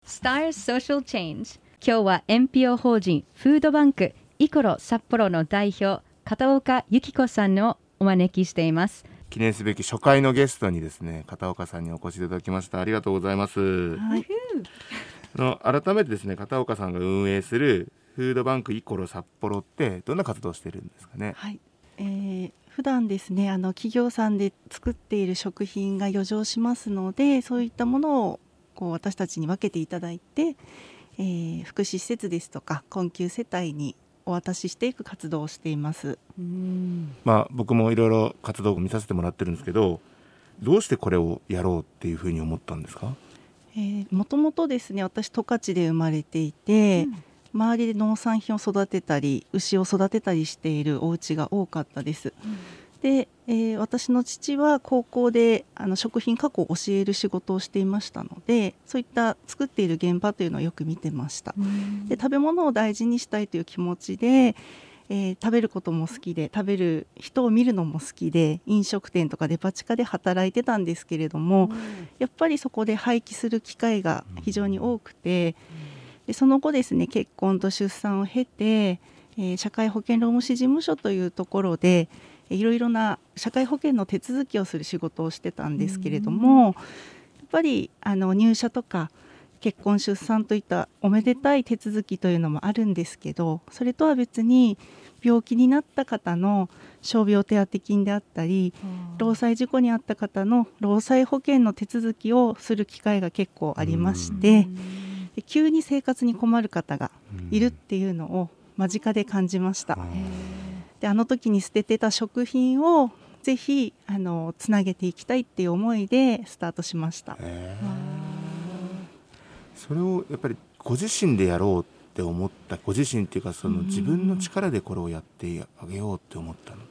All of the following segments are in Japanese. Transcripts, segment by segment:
Style Social Change。今日は NPO 法人フードバンクイコロ札幌の代表片岡由紀子さんをお招きしています。 記念すべき初回のゲストにですね、片岡さんにお越しいただきました。ありがとうございます。 はい、 改めてですね、片岡さんが運営するフードバンクイコロ札幌ってどんな活動をしているんですかね。 はい、普段ですね、企業さんで作っている食品が余剰しますので、そういったものをこう私たちに分けていただいて、福祉施設ですとか困窮世帯にお渡ししていく活動をしています。 僕もいろいろ活動を見させてもらってるんですけど、どうしてこれをやろうっていうふうに思ったんですか。 もともとですね、私十勝で生まれていて、周りで農産品を育てたり牛を育てたりしているお家が多かったです。で、私の父は高校で食品加工を教える仕事をしていましたので、そういった作っている現場というのをよく見てました。で、食べ物を大事にしたいという気持ちで、食べることも好きで、食べる人を見るのも好きで、飲食店とかデパ地下で働いてたんですけれども、やっぱりそこで廃棄する機会が非常に多くて、でその後ですね、結婚と出産を経て、社会保険労務士事務所というところでいろいろな社会保険の手続きをする仕事をしてたんですけれども、やっぱり入社とか結婚出産といったおめでたい手続きというのもあるんですけど、それとは別に病気になった方の傷病手当金であったり、労災事故に遭った方の労災保険の手続きをする機会が結構ありまして、で急に生活に困る方がいるっていうのを間近で感じました。で、あの時に捨ててた食品をぜひつなげていきたいっていう思いでスタートしました。 それをやっぱりご自身でやろうって思った、ご自身っていうか自分の力でこれをやってあげようって思ったのって。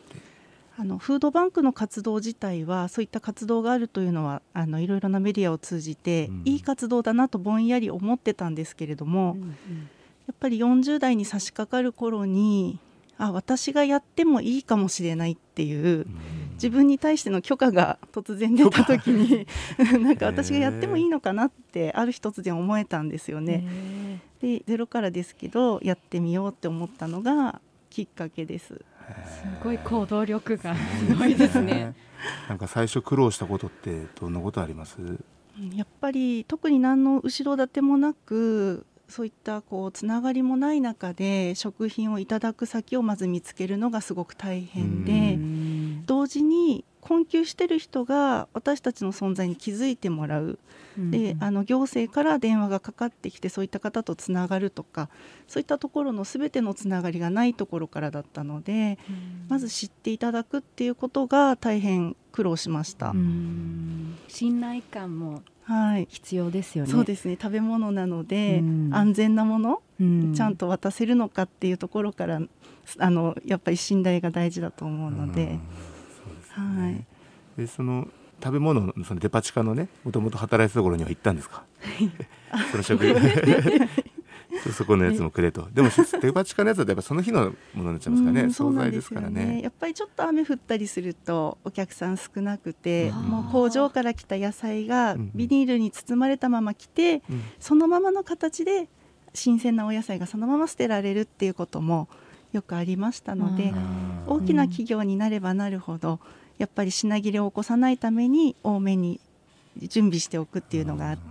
フードバンクの活動自体は、そういった活動があるというのはいろいろなメディアを通じて、いい活動だなとぼんやり思ってたんですけれども、やっぱり40代に差し掛かる頃に私がやってもいいかもしれないっていう自分に対しての許可が突然出た時になんか私がやってもいいのかなってある日突然思えたんですよね。で、ゼロからですけどやってみようって思ったのがきっかけです。 すごい行動力がすごいですね。 なんか最初苦労したことってどんなことあります？ やっぱり特に何の後ろ盾もなく、そういったつながりもない中で食品をいただく先をまず見つけるのがすごく大変で、同時に困窮してる人が私たちの存在に気づいてもらう、で行政から電話がかかってきてそういった方とつながるとか、そういったところの全てのつながりがないところからだったので、まず知っていただくっていうことが大変苦労しました。 信頼感も必要ですよね。 そうですね、食べ物なので、安全なもの、ちゃんと渡せるのかっていうところからやっぱり信頼が大事だと思うので、 でその食べ物のそのデパ地下のね、もともと働いてたところには行ったんですか？その食そこのやつもくれと。でもデパ地下のやつだとやっぱその日のものになっちゃいますからね。惣菜ですからね。 やっぱりちょっと雨降ったりするとお客さん少なくて、もう工場から来た野菜がビニールに包まれたまま来て、そのままの形で新鮮なお野菜がそのまま捨てられるっていうこともよくありましたので、大きな企業になればなるほどやっぱり品切れを起こさないために多めに準備しておくっていうのがあって、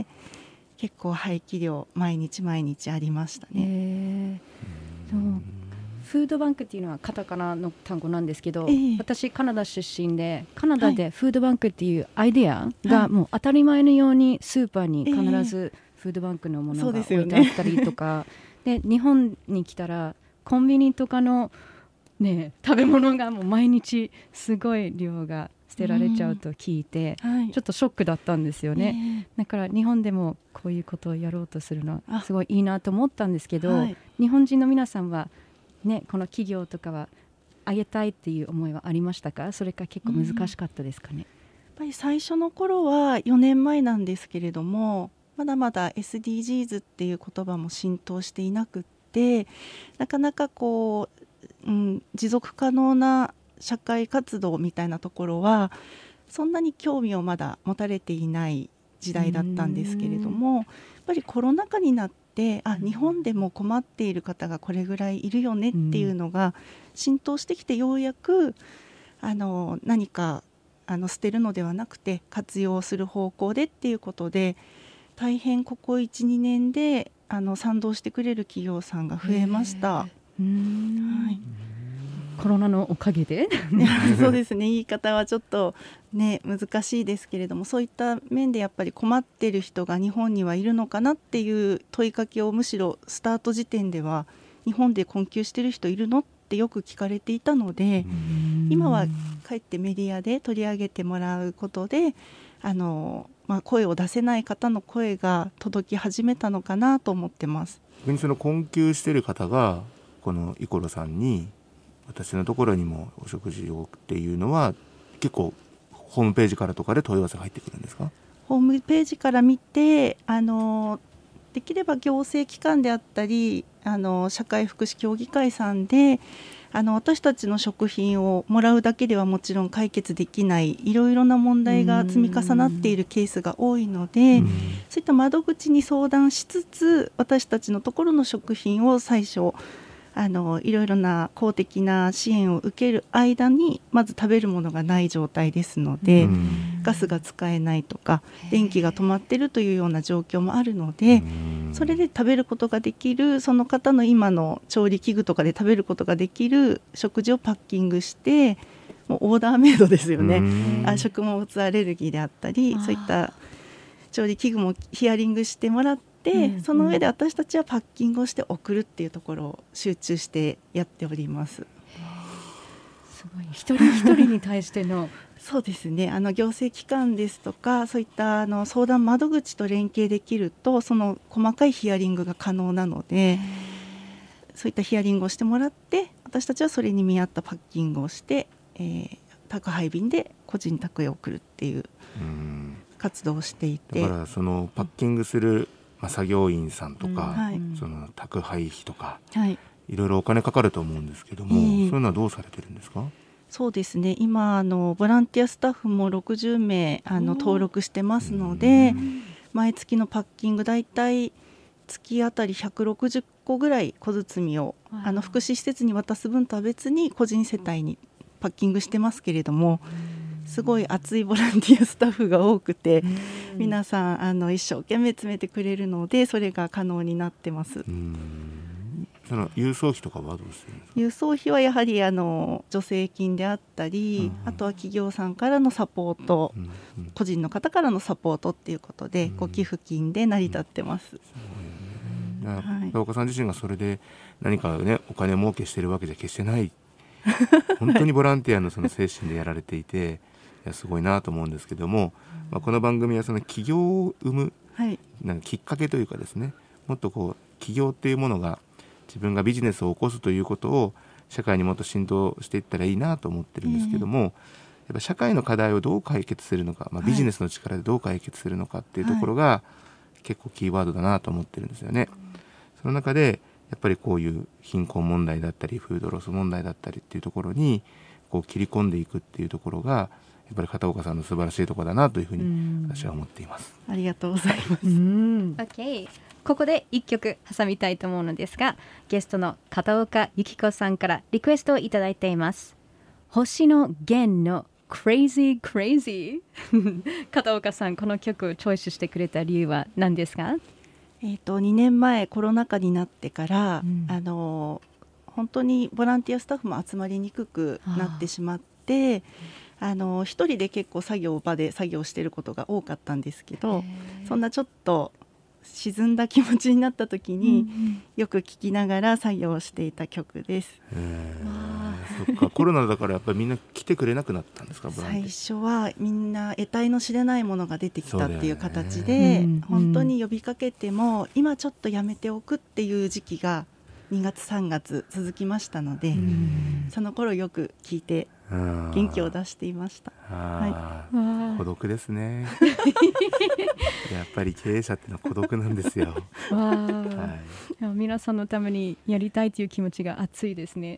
結構廃棄量毎日毎日ありましたね。 フードバンクっていうのはカタカナの単語なんですけど、私カナダ出身で、カナダでフードバンクっていうアイデアがもう当たり前のようにスーパーに必ずフードバンクのものが置いてあったりとか、で日本に来たらコンビニとかの食べ物がもう毎日すごい量が捨てられちゃうと聞いて、ちょっとショックだったんですよね。だから日本でもこういうことをやろうとするのはすごいいいなと思ったんですけど、日本人の皆さんは、この企業とかはあげたいっていう思いはありましたか？それか結構難しかったですかね。 やっぱり最初の頃は4年前なんですけれども、まだまだ SDGs っていう言葉も浸透していなくって、なかなか持続可能な社会活動みたいなところはそんなに興味をまだ持たれていない時代だったんですけれども、やっぱりコロナ禍になって日本でも困っている方がこれぐらいいるよねっていうのが浸透してきて、ようやく何か捨てるのではなくて活用する方向でっていうことで、大変ここ 1,2 年で賛同してくれる企業さんが増えました。はい、 コロナのおかげでそうですね、言い方はちょっとね難しいですけれども、そういった面でやっぱり困っている人が日本にはいるのかなっていう問いかけを、むしろスタート時点では日本で困窮している人いるのってよく聞かれていたので、今はかえってメディアで取り上げてもらうことで声を出せない方の声が届き始めたのかなと思ってます。 逆にその困窮している方がこのイコロさんに、私のところにもお食事をっていうのは結構ホームページからとかで問い合わせが入ってくるんですか？ ホームページから見てできれば行政機関であったり社会福祉協議会さんで私たちの食品をもらうだけではもちろん解決できないいろいろな問題が積み重なっているケースが多いので、そういった窓口に相談しつつ、私たちのところの食品を最初いろいろな公的な支援を受ける間にまず食べるものがない状態ですので、ガスが使えないとか電気が止まっているというような状況もあるので、それで食べることができる、その方の今の調理器具とかで食べることができる食事をパッキングして、もうオーダーメイドですよね。食物アレルギーであったり、そういった調理器具もヒアリングしてもらって、その上で私たちはパッキングをして送るっていうところを集中してやっております。 すごい、一人一人に対してのそうですね、行政機関ですとかそういった相談窓口と連携できると、その細かいヒアリングが可能なので、そういったヒアリングをしてもらって、私たちはそれに見合ったパッキングをして、宅配便で個人宅へ送るっていう活動をしていて、 だからそのパッキングする作業員さんとか、その宅配費とか、いろいろお金かかると思うんですけども、そういうのはどうされてるんですか？ そうですね、今ボランティアスタッフも60名登録してますので、毎月のパッキングだいたい月あたり160個ぐらい小包を福祉施設に渡す分とは別に個人世帯にパッキングしてますけれども、すごい熱いボランティアスタッフが多くて、皆さん一生懸命詰めてくれるので、それが可能になってます。 その郵送費とかはどうしてるんですか？ 郵送費はやはり助成金であったり、あとは企業さんからのサポート、個人の方からのサポートっていうことで、ご寄付金で成り立ってます。 岡さん自身がそれで何かねお金儲けしてるわけじゃ決してない本当にボランティアのその精神でやられていて、いやすごいなと思うんですけども、この番組はその起業を生む、なんかきっかけというかですね、もっとこう起業っていうものが自分がビジネスを起こすということを社会にもっと浸透していったらいいなと思ってるんですけども、やっぱ社会の課題をどう解決するのか、ビジネスの力でどう解決するのかっていうところが結構キーワードだなと思ってるんですよね。その中でやっぱりこういう貧困問題だったりフードロス問題だったりっていうところにこう切り込んでいくっていうところがやっぱり片岡さんの素晴らしいところだなというふうに私は思っています。 ありがとうございます。 OK、ここで1曲挟みたいと思うのですが、ゲストの片岡由紀子さんからリクエストをいただいています。星野源の Crazy Crazy 片岡さん、この曲をチョイスしてくれた理由は何ですか ？2年前コロナ禍になってから、本当にボランティアスタッフも集まりにくくなってしまって、一人で結構場で作業していることが多かったんですけど、そんなちょっと沈んだ気持ちになった時に、よく聴きながら作業をしていた曲です。 そっか、コロナだからやっぱりみんな来てくれなくなったんですか？ 最初はみんな得体の知れないものが出てきたっていう形で、本当に呼びかけても今ちょっとやめておくっていう時期が2月3月続きましたので、その頃よく聞いて元気を出していました。 孤独ですねやっぱり経営者ってのは孤独なんですよ皆さんのためにやりたいという気持ちが熱いですね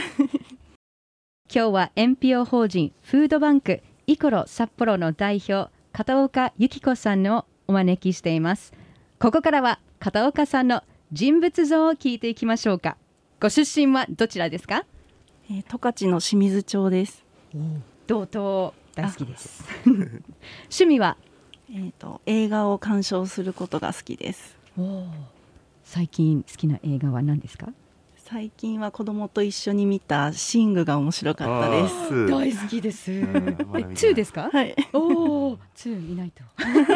今日は NPO 法人フードバンクイコロ札幌の代表片岡由紀子さんのお招きしています。ここからは片岡さんの人物像を聞いていきましょうか。ご出身はどちらですか？ 十勝の清水町です。 道東大好きです趣味は、 映画を鑑賞することが好きです。 最近好きな映画は何ですか？ 最近は子供と一緒に見たシングが面白かったです。 大好きです。2ですか？ はい。 2見ないと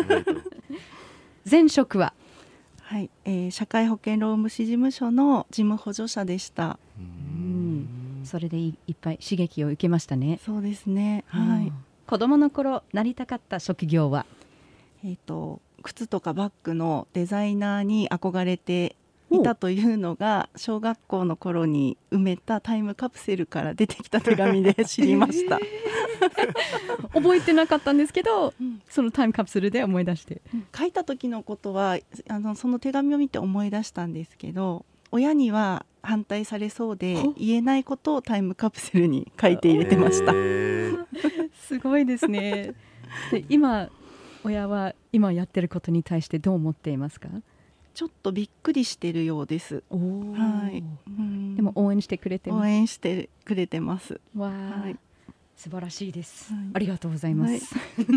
前職は、 はい、社会保険労務士事務所の事務補助者でした。 それでいっぱい刺激を受けましたね。 そうですね、はい。 子供の頃なりたかった職業は、 靴とかバッグのデザイナーに憧れていたというのが小学校の頃に埋めたタイムカプセルから出てきた手紙で知りました覚えてなかったんですけど、そのタイムカプセルで思い出して、 書いた時のことはその手紙を見て思い出したんですけど、親には反対されそうで言えないことをタイムカプセルに書いて入れてましたすごいですね。で、今親は今やってることに対してどう思っていますか？ ちょっとびっくりしてるようです。はい、 でも応援してくれてます。 応援してくれてます。 わー、はい、素晴らしいです、はい、ありがとうございます、はい、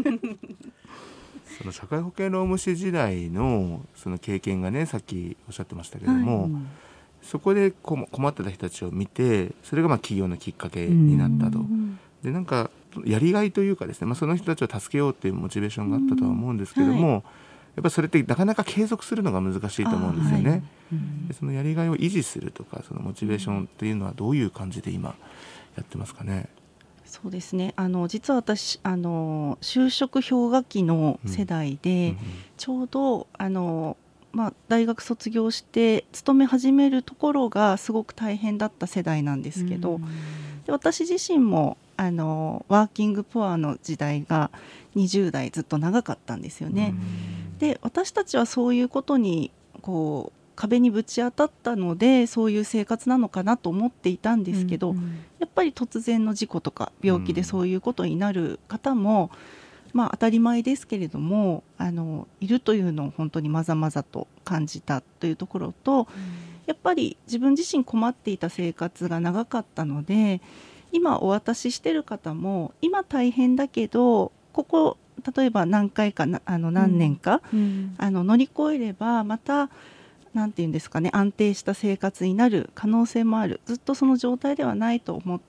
その社会保険労務士時代のその経験がね、さっきおっしゃってましたけども、はい、そこで困ってた人たちを見て、それが起業のきっかけになったと。で、なんかやりがいというかですね、その人たちを助けようというモチベーションがあったとは思うんですけども、はい、やっぱそれってなかなか継続するのが難しいと思うんですよね。で、そのやりがいを維持するとか、そのモチベーションっていうのはどういう感じで今やってますかね？ そうですね、実は私就職氷河期の世代で、ちょうど大学卒業して勤め始めるところがすごく大変だった世代なんですけど、で、私自身もワーキングプアの時代が20代ずっと長かったんですよね。で、私たちはそういうことに壁にぶち当たったので、そういう生活なのかなと思っていたんですけど、やっぱり突然の事故とか病気でそういうことになる方も、当たり前ですけれどもいるというのを本当にまざまざと感じたというところと、やっぱり自分自身困っていた生活が長かったので、今お渡ししてる方も今大変だけど、ここ例えば何回か何年か、乗り越えればまたなんていうんですかね、安定した生活になる可能性もある。ずっとその状態ではないと思って、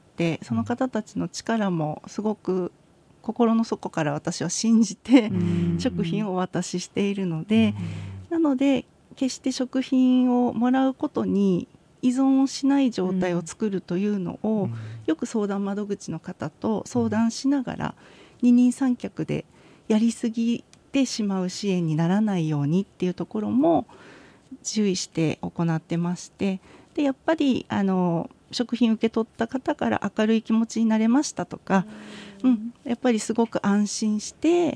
その方たちの力もすごく心の底から私は信じて食品をお渡ししているので、なので決して食品をもらうことに依存をしない状態を作るというのを、よく相談窓口の方と相談しながら二人三脚でやりすぎてしまう支援にならないようにっていうところも注意して行ってまして、でやっぱり食品受け取った方から明るい気持ちになれましたとか、やっぱりすごく安心して、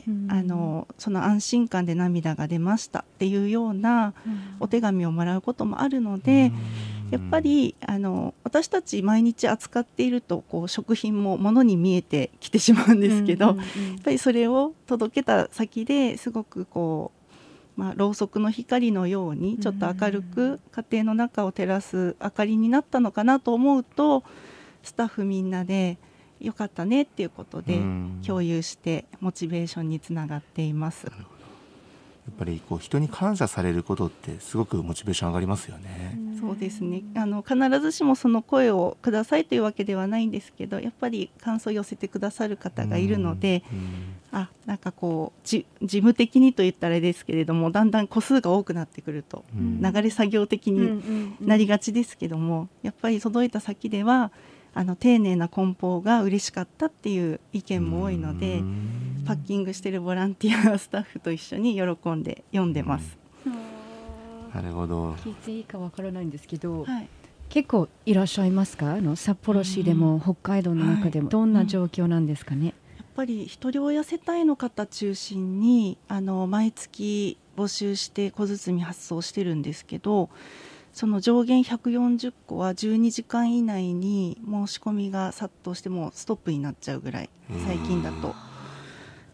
その安心感で涙が出ましたっていうようなお手紙をもらうこともあるので、やっぱり私たち毎日扱っていると食品も物に見えてきてしまうんですけど、やっぱりそれを届けた先ですごくろうそくの光のようにちょっと明るく家庭の中を照らす明かりになったのかなと思うと、スタッフみんなでよかったねっていうことで共有してモチベーションにつながっています。 やっぱり人に感謝されることってすごくモチベーション上がりますよね。 そうですね、必ずしもその声をくださいというわけではないんですけど、やっぱり感想を寄せてくださる方がいるので、なんか事務的にと言ったらあれですけれども、だんだん個数が多くなってくると流れ作業的になりがちですけども、やっぱり届いた先では丁寧な梱包が嬉しかったっていう意見も多いので、パッキングしてるボランティアスタッフと一緒に喜んで読んでます。 なるほど。 聞いていいかわからないんですけど、結構いらっしゃいますか？札幌市でも北海道の中でもどんな状況なんですかね？ やっぱり一人親世帯の方中心に毎月募集して小包発送してるんですけど、その上限140個は12時間以内に申し込みが殺到してもうストップになっちゃうぐらい、最近だと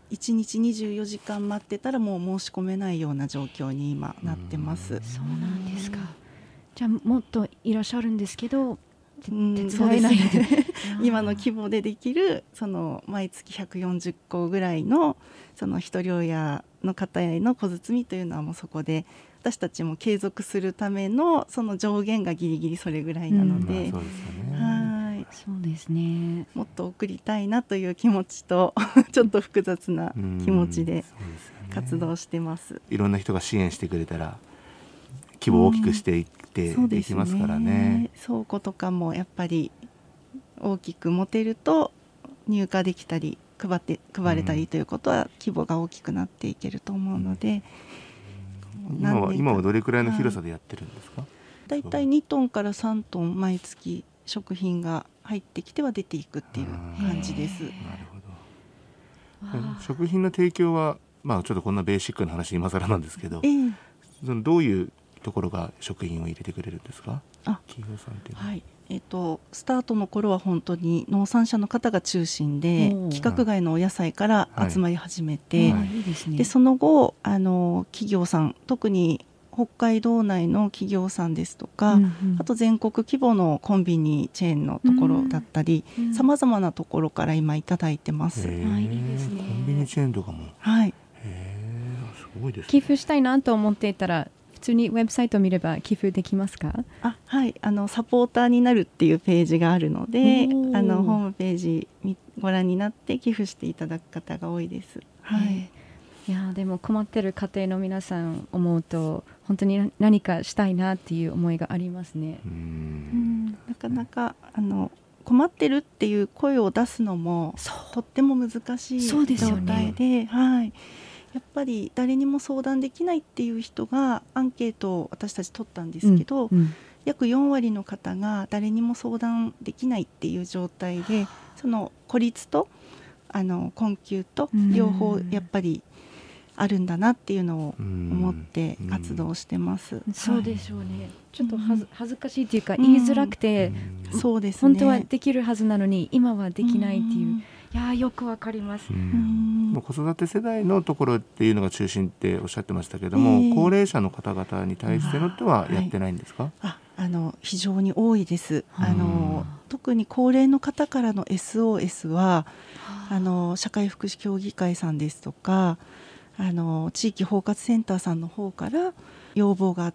1日24時間待ってたらもう申し込めないような状況に今なってます。 そうなんですか。じゃあもっといらっしゃるんですけど手伝そうですえないね今の規模でできるその毎月140個ぐらいのその一人親の方への小包というのはもうそこで私たちも継続するためのその上限がギリギリそれぐらいなので、 そうですよね。 はいそうですね。 もっと送りたいなという気持ちとちょっと複雑な気持ちで活動してます。 いろんな人が支援してくれたら規模を大きくしていってできますからね。 倉庫とかもやっぱり大きく持てると入荷できたり配れたりということは規模が大きくなっていけると思うので、 今はどれくらいの広さでやってるんですか？ だいたい2トンから3トン毎月食品が入ってきては出ていくっていう感じです。 なるほど。食品の提供はちょっとこんなベーシックな話今更なんですけど、そのどういうところが食品を入れてくれるんですか？企業さんっていうのは。 はい、スタートの頃は本当に農産者の方が中心で規格外のお野菜から集まり始めて、でその後企業さん、特に北海道内の企業さんですとか、あと全国規模のコンビニチェーンのところだったり、さまざまなところから今いただいてます。 いいですね。コンビニチェーンとかも。 はい。 すごいですね。 寄付したいなと思っていたら普通にウェブサイトを見れば寄付できますか？ はい、サポーターになるっていうページがあるので、ホームページご覧になって寄付していただく方が多いです。はい。 いやでも困ってる家庭の皆さん思うと本当に何かしたいなっていう思いがありますね。 なかなか困ってるっていう声を出すのもとっても難しい状態で、はい。やっぱり誰にも相談できないっていう人がアンケートを私たち取ったんですけど、約4割の方が誰にも相談できないっていう状態で、その孤立と困窮と両方やっぱりあるんだなっていうのを思って活動してます。 そうでしょうね。ちょっと恥ずかしいというか言いづらくて、 そうですね。 本当はできるはずなのに今はできないっていう。いやよくわかります。 子育て世代のところっていうのが中心っておっしゃってましたけども、高齢者の方々に対してのってはやってないんですか？ 非常に多いです。特に高齢の方からの SOS は社会福祉協議会さんですとか地域包括センターさんの方から要望があって、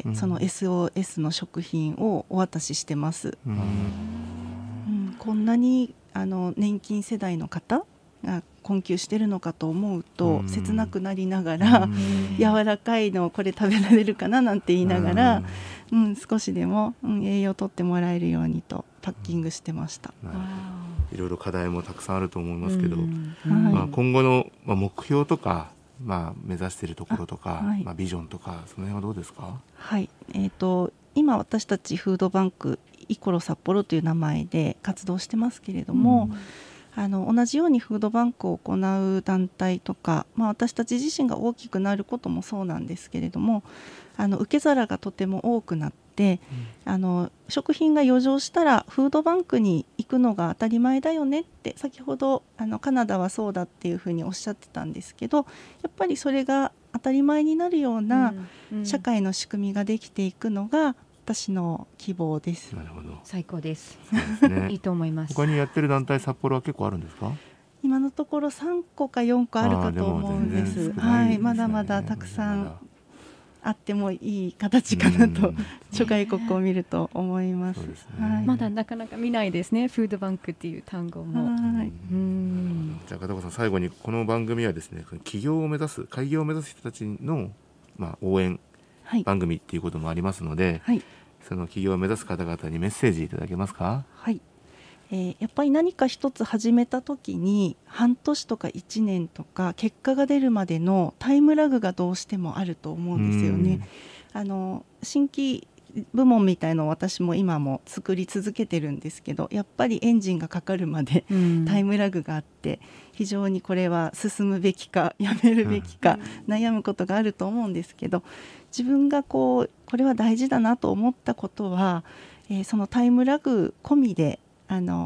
その SOS の食品をお渡ししてます。こんなに年金世代の方が困窮してるのかと思うと切なくなりながら、柔らかいのこれ食べられるかななんて言いながら、少しでも、栄養をとってもらえるようにとパッキングしてました。 いろいろ課題もたくさんあると思いますけど、今後の、目標とか、目指しているところとか、ビジョンとかその辺はどうですか？はい、 今私たちフードバンクイコロ札幌という名前で活動してますけれども、同じようにフードバンクを行う団体とか、私たち自身が大きくなることもそうなんですけれども、受け皿がとても多くなって、食品が余剰したらフードバンクに行くのが当たり前だよねって先ほどカナダはそうだっていうふうにおっしゃってたんですけど、やっぱりそれが当たり前になるような社会の仕組みができていくのが私の希望です。 なるほど。 最高です。 いいいと思います。 他にやってる団体札幌は結構あるんですか？ 今のところ3個か4個あるかと思うんです。まだまだたくさんあってもいい形かなと諸外国を見ると思います。 まだなかなか見ないですね、フードバンクっていう単語も。 じゃあ片岡さん、最後にこの番組はですね、起業を目指す開業を目指す人たちの、応援番組っていうこともありますので、その起業を目指す方々にメッセージいただけますか？ はい。やっぱり何か一つ始めた時に半年とか1年とか結果が出るまでのタイムラグがどうしてもあると思うんですよね。新規部門みたいのを私も今も作り続けてるんですけど、やっぱりエンジンがかかるまでタイムラグがあって、非常にこれは進むべきかやめるべきか悩むことがあると思うんですけど、自分がこれは大事だなと思ったことは、そのタイムラグ込みで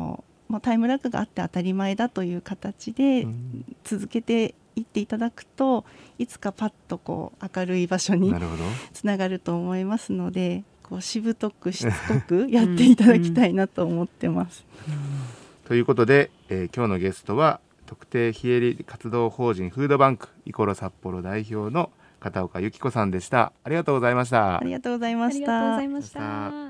タイムラグがあって当たり前だという形で続けていっていただくと、いつかパッとこう明るい場所につながると思いますので、こうしぶとくしつこくやっていただきたいなと思ってます。 ということで、今日のゲストは特定非営利活動法人フードバンクイコロ札幌代表の片岡由紀子さんでした。ありがとうございました。 ありがとうございました。